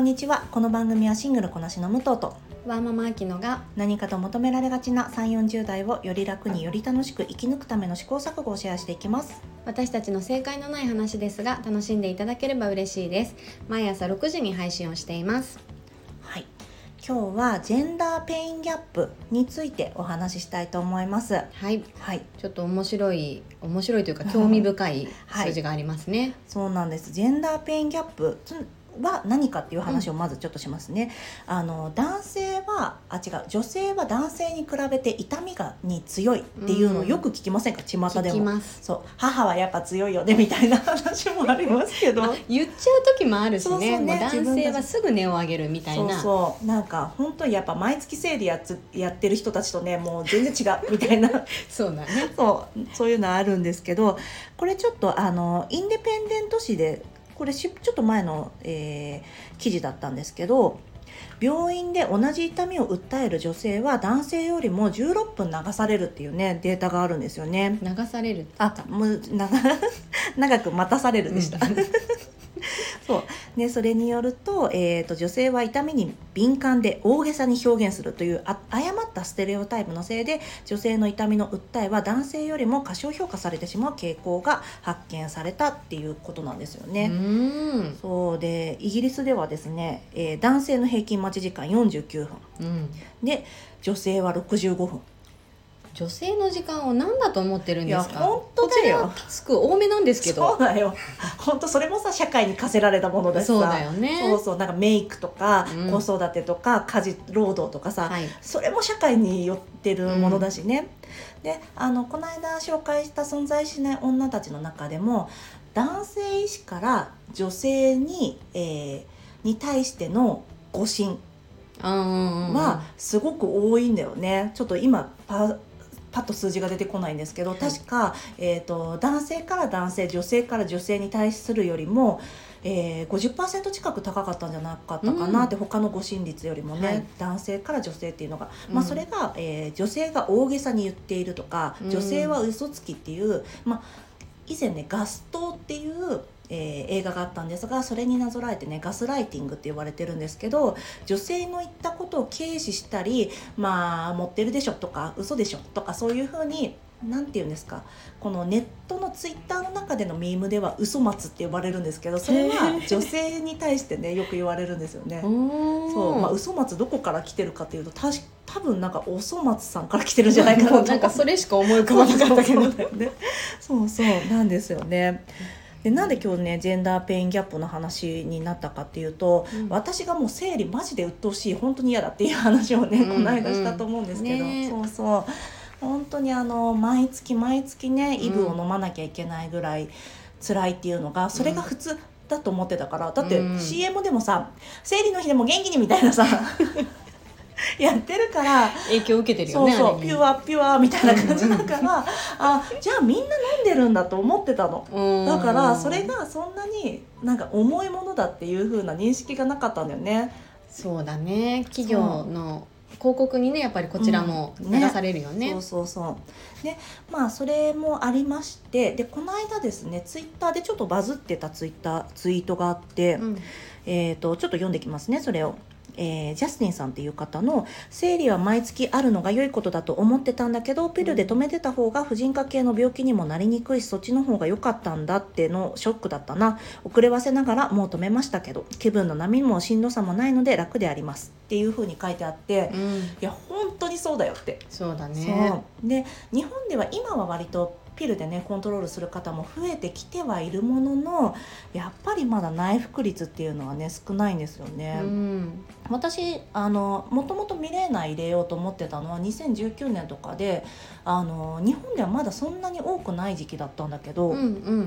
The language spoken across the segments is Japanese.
んにちは。この番組はシングルこなしの武藤とワーママアキノが何かと求められがちな3、40代をより楽により楽しく生き抜くための試行錯誤をシェアしていきます。 私たちの正解のない話ですが楽しんでいただければ嬉しいです。毎朝6時に配信をしています。 はい、今日はジェンダーペインギャップについてお話ししたいと思います。 はい、 はい、 ちょっと面白いというか興味深い数字がありますね。 そうなんです。ジェンダーペインギャップは何かっていう話をまずちょっとしますね。女性は男性に比べて痛みに強いっていうのをよく聞きませんか？巷でも聞きます。 そう、母はやっぱ強いよねみたいな話もありますけど、 言っちゃう時もあるしね。もう男性はすぐ値を上げるみたいな。 そうなんか本当にやっぱ毎月生理やってる人たちとね、もう全然違うみたいなそうだね。 そういうのあるんですけど、これちょっとインデペンデント誌でこれちょっと前の、記事だったんですけど、病院で同じ痛みを訴える女性は男性よりも16分流されるっていうねデータがあるんですよね。 流されるもう長く待たされるでした、そうね、それによると、女性は痛みに敏感で大げさに表現するという誤ったステレオタイプのせいで、女性の痛みの訴えは男性よりも過小評価されてしまう傾向が発見されたっていうことなんですよね。そうで、イギリスではですね、男性の平均待ち時間49分、で女性は65分。 女性の時間を何だと思ってるんですか？ いや本当だよ。 こちらタスク多めなんですけど。 そうだよ。本当それもさ、社会に課せられたものだしさ。 そうだよね。 そうなんかメイクとか、子育てとか家事労働とかさ、それも社会によってるものだしね。で、この間紹介した存在しない女たちの中でも、男性医師から女性に対しての誤診はすごく多いんだよね。ちょっと今パッと数字が出てこないんですけど、確か、男性から男性、女性から女性に対するよりも、50% 近く高かったんじゃなかったかなって、他の誤診率よりもね、男性から女性っていうのが、それが、女性が大げさに言っているとか、女性は嘘つきっていう、以前ねガストっていう映画があったんですが、それになぞらえてねガスライティングって言われてるんですけど、女性の言ったことを軽視したり、持ってるでしょとか嘘でしょとか、そういう風になんていうんですか、このネットのツイッターの中でのミームでは嘘松って呼ばれるんですけど、それは女性に対してねよく言われるんですよね。そう、嘘松どこから来てるかっていうと、多分なんかおそ松さんから来てるんじゃないかなと。 なんかそれしか思い浮かばなかったけどそうなんですよね。で、なんで今日ねジェンダーペインギャップの話になったかっていうと、私がもう生理マジで鬱陶しい、本当に嫌だっていう話をね、この間したと思うんですけど、本当に毎月ねイブを飲まなきゃいけないぐらい辛いっていうのが、それが普通だと思ってたから、だって CM でもさ、生理の日でも元気にみたいなさやってるから影響を受けてるよね。 そうピュアみたいな感じだからじゃあみんな飲んでるんだと思ってたの。だからそれがそんなになんか重いものだっていう風な認識がなかったんだよね。 そうだね。企業の広告にねやっぱりこちらも流されるよね。 そうで、それもありまして、でこの間ですねツイッターでちょっとバズってたツイートがあって、ちょっと読んできますね、それを。ジャスティンさんっていう方の、生理は毎月あるのが良いことだと思ってたんだけど、ピルで止めてた方が婦人科系の病気にもなりにくいし、そっちの方が良かったんだってのショックだったな。遅ればせながらもう止めましたけど、気分の波もしんどさもないので楽でありますっていう風に書いてあって、いや本当にそうだよって。 そうだね。 で、日本では今は割とピルでねコントロールする方も増えてきてはいるものの、やっぱりまだ内服率っていうのはね少ないんですよね。私もともとミレーナ入れようと思ってたのは2019年とかで、日本ではまだそんなに多くない時期だったんだけど、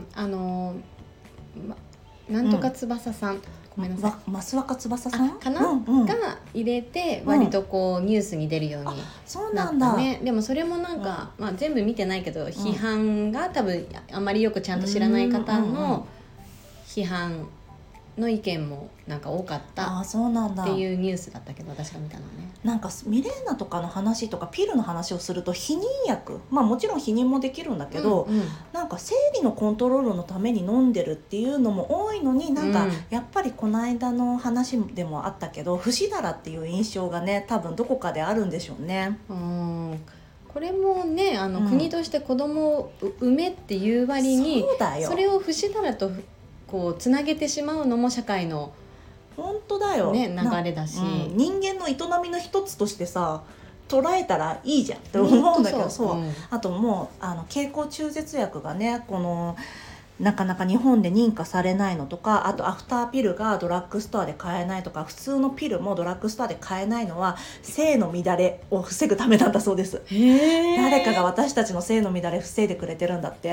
なんとか翼さん、ごめんなさい、 増若翼さんかな、が入れて割とこうニュースに出るようになったね。でもそれもなんか、全部見てないけど、批判が多分あまりよくちゃんと知らない方の批判の意見もなんか多かったっていうニュースだったけど、私が見たのはね。 なんかミレーナとかの話とかピルの話をすると避妊薬、もちろん避妊もできるんだけど、なんか生理のコントロールのために飲んでるっていうのも多いのに、なんかやっぱりこの間の話でもあったけど不死だらっていう印象がね、多分どこかであるんでしょうね。 これもね、国として子供を産めっていう割に それを不死だらとこうつなげてしまうのも社会の本当だよ、 ね、流れだし、 人間の営みの一つとしてさ捉えたらいいじゃんって思うんだけど、あともう経口中絶薬がね、このなかなか日本で認可されないのとか、あとアフターピルがドラッグストアで買えないとか、普通のピルもドラッグストアで買えないのは性の乱れを防ぐためなんだそうです。誰かが私たちの性の乱れ防いでくれてるんだって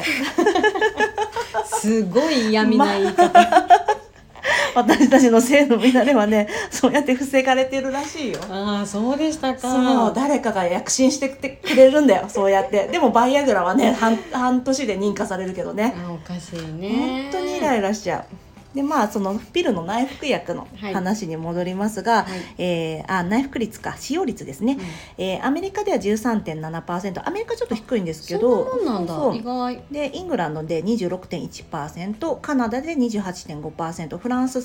すごい嫌味な言い方、 私たちの性の乱れはね、そうやって防がれてるらしいよ。 そうでしたか。 そう、誰かが躍進してくれるんだよ、そうやって。でもバイアグラはね、半年で認可されるけどね。 おかしいね。 本当にイライラしちゃう。でそのピルの内服薬の話に戻りますが、内服率か、使用率ですね、アメリカでは 13.7%、 アメリカちょっと低いんですけど、 そんなもんなんだ、意外でイングランドで 26.1%、 カナダで 28.5%、 フランス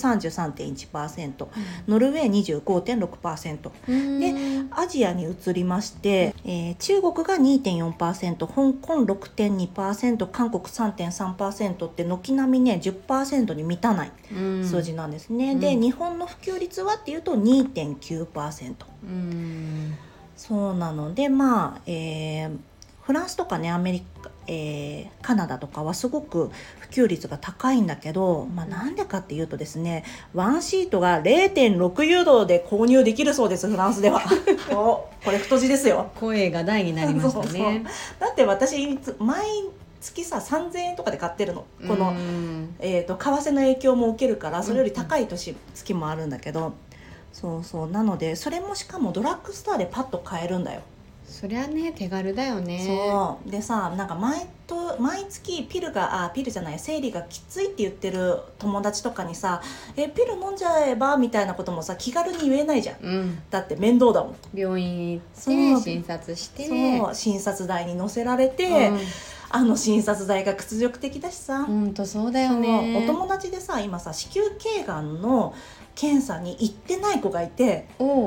33.1%、ノルウェー 25.6%、 でアジアに移りまして、中国が 2.4%、 香港 6.2%、 韓国 3.3% って軒並みね 10% に満たない数字なんですね。で日本の普及率はっていうと 2.9%、そうなのでフランスとかね、アメリカ、カナダとかはすごく普及率が高いんだけど、なんでかっていうとですね、ワンシートが 0.6 ユーロで購入できるそうです、フランスではこれ太字ですよ。 声が大になりましたね。 そうだって私毎月さ3000円とかで買ってるの、この、為替の影響も受けるから、それより高い月もあるんだけど、なのでそれもしかもドラッグストアでパッと買えるんだよ。 そりゃね、手軽だよね。 そうでさ、なんか毎月生理がきついって言ってる友達とかにさ、ピル飲んじゃえばみたいなこともさ気軽に言えないじゃん、だって面倒だもん。 病院行って診察して、 診察台に乗せられて、診察台が屈辱的だしさ。 本当そうだよね。 お友達でさ、今さ子宮頸がんの検査に行ってない子がいて、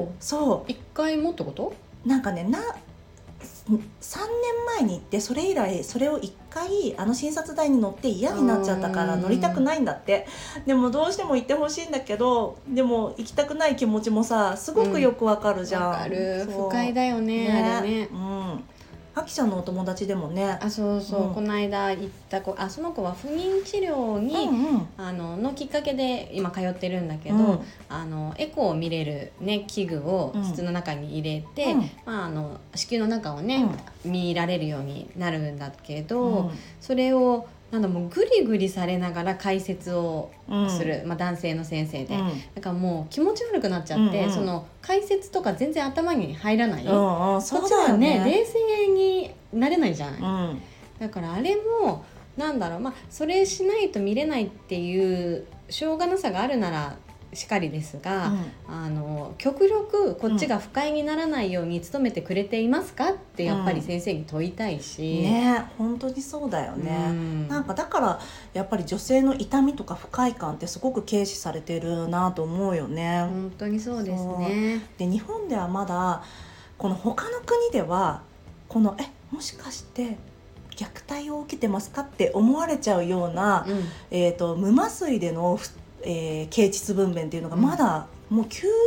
1回もってこと？ なんかね3年前に行って、それ以来それを1回診察台に乗って嫌になっちゃったから乗りたくないんだって。でもどうしても行ってほしいんだけど、でも行きたくない気持ちもさすごくよくわかるじゃん。 わかる。不快だよね、あれね。 あきちゃんのお友達でもね、 この間行った子、その子は不妊治療に、のきっかけで今通ってるんだけど、エコーを見れる、ね、器具を膣の中に入れて、子宮の中をね、見られるようになるんだけど、それをもうグリグリされながら解説をする、男性の先生で、だからもう気持ち悪くなっちゃって、その解説とか全然頭に入らない、こっちはね冷静になれないじゃない、だからあれもそれしないと見れないっていうしょうがなさがあるならしかりですが、極力こっちが不快にならないように努めてくれていますかってやっぱり先生に問いたいし、 本当にそうだよね。なんかだからやっぱり女性の痛みとか不快感ってすごく軽視されてるなと思うよね。 本当にそうですね。 で日本ではまだこの他の国ではこのもしかして虐待を受けてますかって思われちゃうような、無麻酔での経腟分娩っていうのがまだもう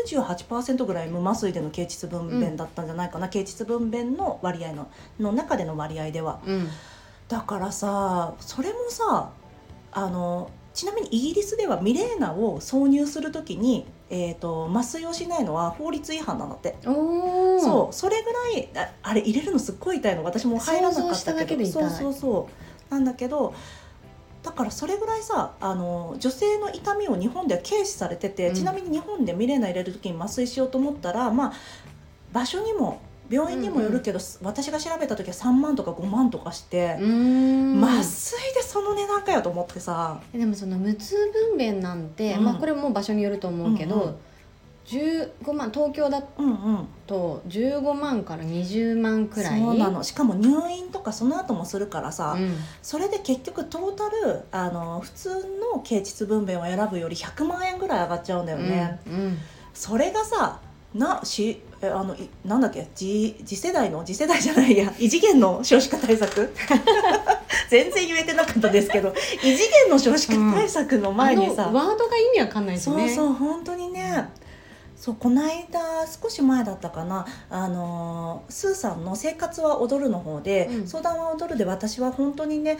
98% ぐらい無麻酔での経腟分娩だったんじゃないかな、経腟分娩の割合の中での割合では、だからさ、それもさちなみにイギリスではミレーナを挿入するときに、麻酔をしないのは法律違反なんだって。それぐらいあれ入れるのすっごい痛いの、私も入らなかったけど、そうなんだけど、だからそれぐらいさ女性の痛みを日本では軽視されてて、ちなみに日本でミレーナ入れる時に麻酔しようと思ったら、場所にも病院にもよるけど、私が調べた時は3万とか5万とかして、麻酔でその値段かよと思ってさ。 でもその無痛分娩なんて、これも場所によると思うけど、15万、東京だと15万から20万くらい。 そうなの。しかも入院とかその後もするからさ、それで結局トータル普通の経腟分娩を選ぶより100万円ぐらい上がっちゃうんだよね。それがさなんだっけ、次世代じゃないや、異次元の少子化対策全然言えてなかったですけど、異次元の少子化対策の前にさ、 ワードが意味わかんないですね。 そう本当にね。そうこの間少し前だったかな、スーさんの生活は踊るの方で、相談は踊るで私は本当にね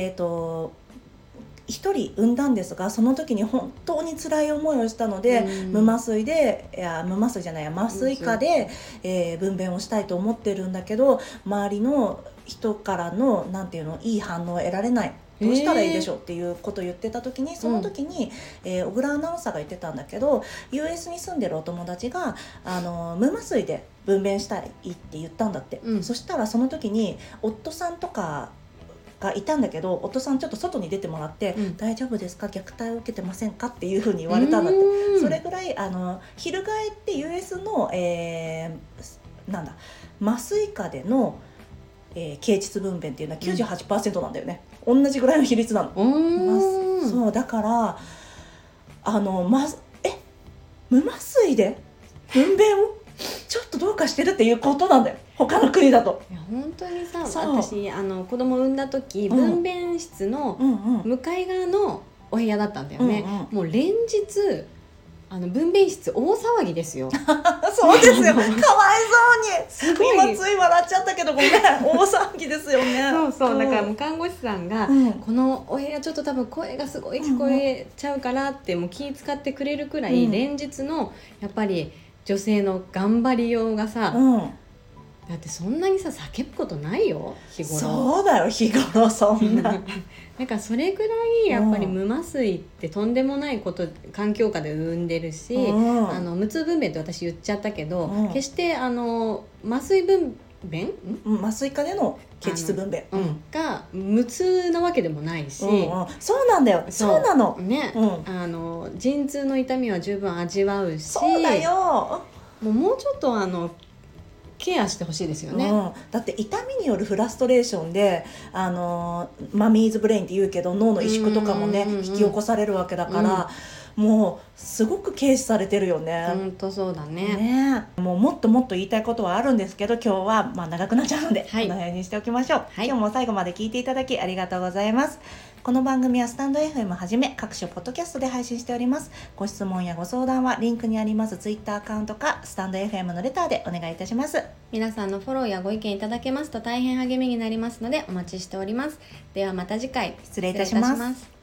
一人産んだんですが、その時に本当に辛い思いをしたので、麻酔科で、分娩をしたいと思ってるんだけど、周りの人からのなんていうの、いい反応を得られない、どうしたらいいでしょうっていうことを言ってた時に、その時に、小倉アナウンサーが言ってたんだけど、 US に住んでるお友達が無麻酔で分娩したいって言ったんだって、そしたらその時に夫さんとかがいたんだけど、夫さんちょっと外に出てもらって、大丈夫ですか、虐待を受けてませんかっていうふうに言われたんだって。それぐらい翻って US の、麻酔科での、経腟分娩っていうのは 98% なんだよね、同じぐらいの比率なの。そうだから無麻酔で分娩をちょっとどうかしてるっていうことなんだよ、他の国だと。 いや本当にさ、私子供産んだ時、分娩室の向かい側のお部屋だったんだよね。もう連日分娩室大騒ぎですよそうですよかわいそうに、今つい笑っちゃったけどごめん、大騒ぎですよね。 そうだからもう看護師さんが、このお部屋ちょっと多分声がすごい聞こえちゃうからってもう気使ってくれるくらい、連日のやっぱり女性の頑張りようがさ、だってそんなにさ叫ぶことないよ日頃。 そうだよ、日頃そんなだからそれぐらいやっぱり無麻酔ってとんでもないこと環境下で産んでるし、無痛分娩って私言っちゃったけど、決して麻酔分娩、 麻酔科での経腟分娩が無痛なわけでもないし、 そうなんだよ、そうなのね、陣痛の痛みは十分味わうし、 そうだよ、 もうちょっとケアしてほしいですよね、 だって痛みによるフラストレーションでマミーズブレインって言うけど、脳の萎縮とかもね引き起こされるわけだから、もうすごく軽視されてるよね。 本当そうだ ね。 もうもっともっと言いたいことはあるんですけど、今日は長くなっちゃうので、この辺にしておきましょう。今日も最後まで聞いていただきありがとうございます。この番組はスタンド FM はじめ各種ポッドキャストで配信しております。ご質問やご相談はリンクにありますツイッターアカウントかスタンド FM のレターでお願いいたします。 皆さんのフォローやご意見いただけますと大変励みになりますのでお待ちしております。ではまた次回、 失礼いたします。